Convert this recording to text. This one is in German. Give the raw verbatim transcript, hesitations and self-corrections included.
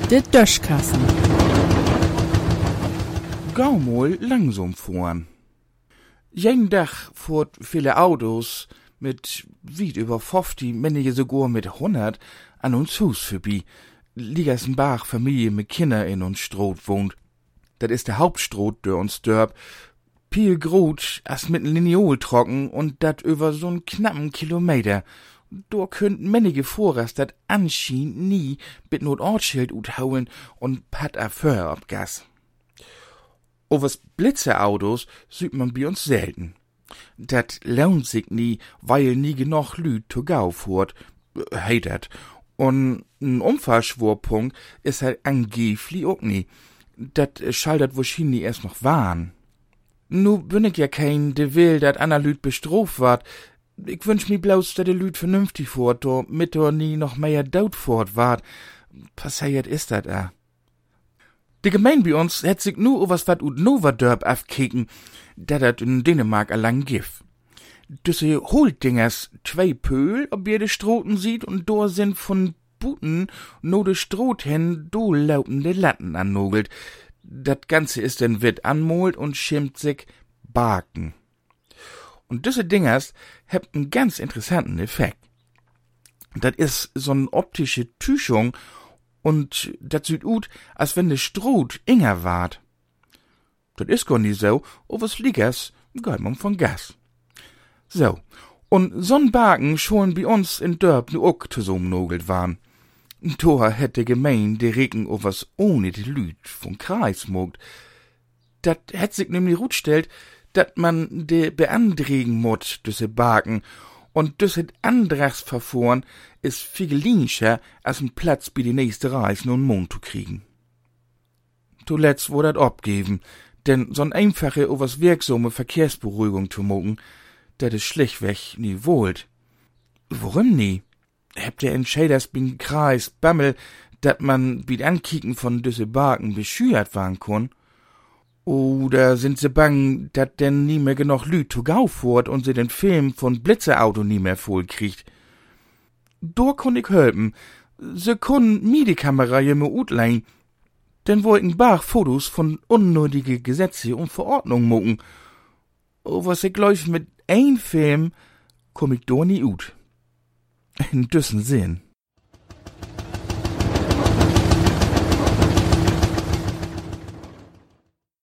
Der Döschkassen. Gaumol langsam fahren. Jeden Tag fuhrt viele Autos mit weit über fünfzig, manche sogar mit hundert an uns Haus vorbei. Liegersenbach Familie mit Kinder in uns Stroh wohnt. Das ist der Hauptstroh, der uns dörp. Viel grot, as mit Lineol trocken und dat über so'n knappen Kilometer. Da könnt männige Vorrast dat anschien nie mit not Ortsschild uthauen und pat a Föhr ab Gas. Overs Blitzeautos sieht man bei uns selten. Dat lohnt sich nie, weil nie genug Lüd to gau fuhrt, hey dat. Und n Unfallschwurpunkt is halt angeblich auch nie. Dat schaltet wahrscheinlich erst noch Wahn. Nu bin ich ja kein, de will, dat aner Lüd bestroft ward. Ich wünsch mi bloß, dat de Lüd vernünftig fuhrt, do mit do nie noch mehr daut fuhrt ward. Passiert ist dat a. Die Gemeinde bei uns hätt sich nur was wat ut Novadörp afkicken, dat dat in Dänemark allang gif. Düsse Holddingers zwei Pöhl, ob ihr de Stroten sieht, und do sind von Buten no de Stroht hin do lautende Latten annogelt. Dat Ganze ist denn witt anmolt und schimmt sich Baken. Und düsse Dingers hebt n ganz interessanten Effekt. Dat is so'n optische Tüchung, und dat sieht ut, als wenn de Stroh enger ward. Dat is gar nie so, o was Liegers, geht man von Gas. So, und so'n Baken schon bei uns in Dörp nu ook zusammennogelt waren. Tor hätte gemein de Regen o was ohne de Lüd vom Kreis mogt. Dat hätt sich nämlich gut stellt, dat man de beandregen mut, düsse Baken, und düsse Andrachsverfahren is figelinischer, als n Platz bi die nächste Reis nun Mond zu kriegen. Zuletzt wurde dat abgeben, denn so'n einfache o was wirksame Verkehrsberuhigung zu mogen, dat is schlichtweg nie wohlt. Warum nie? Habt ihr entscheiders bin Kreis Bammel, dat man bi Ankicken von düsse Baken beschüert waren kon? Oder sind sie bang, dat denn nie mehr genug Lüd zu gau fuhrt und sie den Film von Blitzeauto nie mehr voll kriegt? Da konn ich helfen. Sie konn mi die Kamera je mir utleihen, denn wollten Bach Fotos von unnötige Gesetze und Verordnungen mucken. O was ich läuft mit ein Film, komm ich do nie ut. In düssen Sinn.